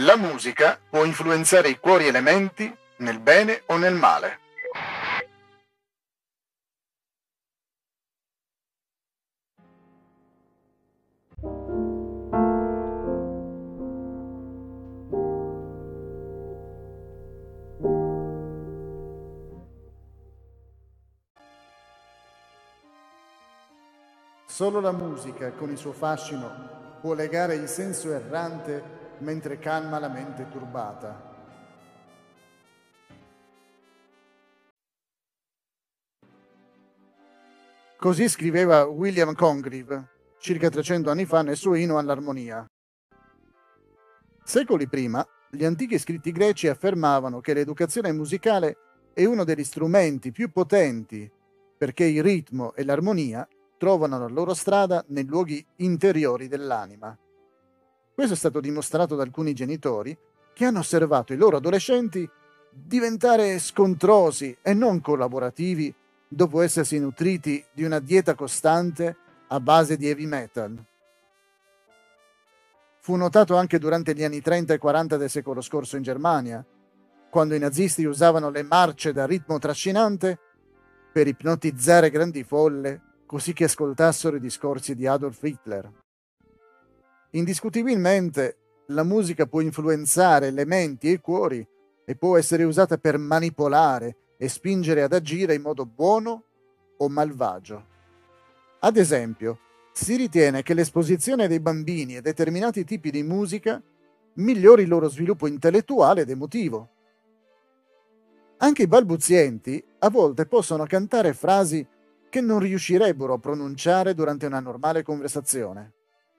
La musica può influenzare i cuori e le menti nel bene o nel male. Solo la musica, con il suo fascino, può legare il senso errante mentre calma la mente turbata. Così scriveva William Congreve, circa 300 anni fa, nel suo inno all'armonia. Secoli prima, gli antichi scritti greci affermavano che l'educazione musicale è uno degli strumenti più potenti perché il ritmo e l'armonia trovano la loro strada nei luoghi interiori dell'anima. Questo è stato dimostrato da alcuni genitori che hanno osservato i loro adolescenti diventare scontrosi e non collaborativi dopo essersi nutriti di una dieta costante a base di heavy metal. Fu notato anche durante gli anni 30 e 40 del secolo scorso in Germania, quando i nazisti usavano le marce da ritmo trascinante per ipnotizzare grandi folle così che ascoltassero i discorsi di Adolf Hitler. Indiscutibilmente, la musica può influenzare le menti e i cuori e può essere usata per manipolare e spingere ad agire in modo buono o malvagio. Ad esempio, si ritiene che l'esposizione dei bambini a determinati tipi di musica migliori il loro sviluppo intellettuale ed emotivo. Anche i balbuzienti a volte possono cantare frasi che non riuscirebbero a pronunciare durante una normale conversazione.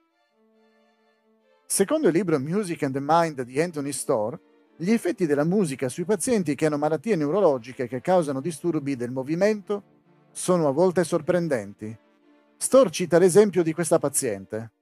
Secondo il libro Music and the Mind di Anthony Storr, gli effetti della musica sui pazienti che hanno malattie neurologiche che causano disturbi del movimento sono a volte sorprendenti. Storr cita l'esempio di questa paziente.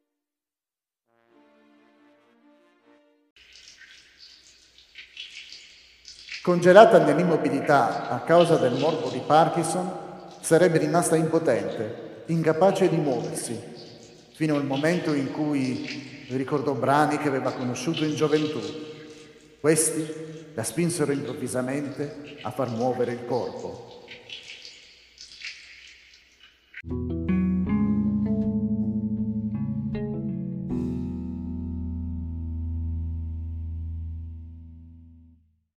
Congelata nell'immobilità a causa del morbo di Parkinson, sarebbe rimasta impotente, incapace di muoversi, fino al momento in cui ricordò brani che aveva conosciuto in gioventù. Questi la spinsero improvvisamente a far muovere il corpo.